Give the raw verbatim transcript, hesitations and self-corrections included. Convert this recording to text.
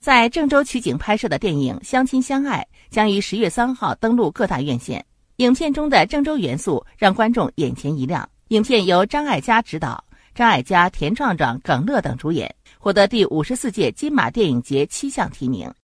在郑州取景拍摄的电影《相亲相爱》将于十月三号登陆各大院线。影片中的郑州元素让观众眼前一亮。影片由张艾嘉执导，张艾嘉、田壮壮、耿乐等主演，获得第五十四届金马电影节七项提名。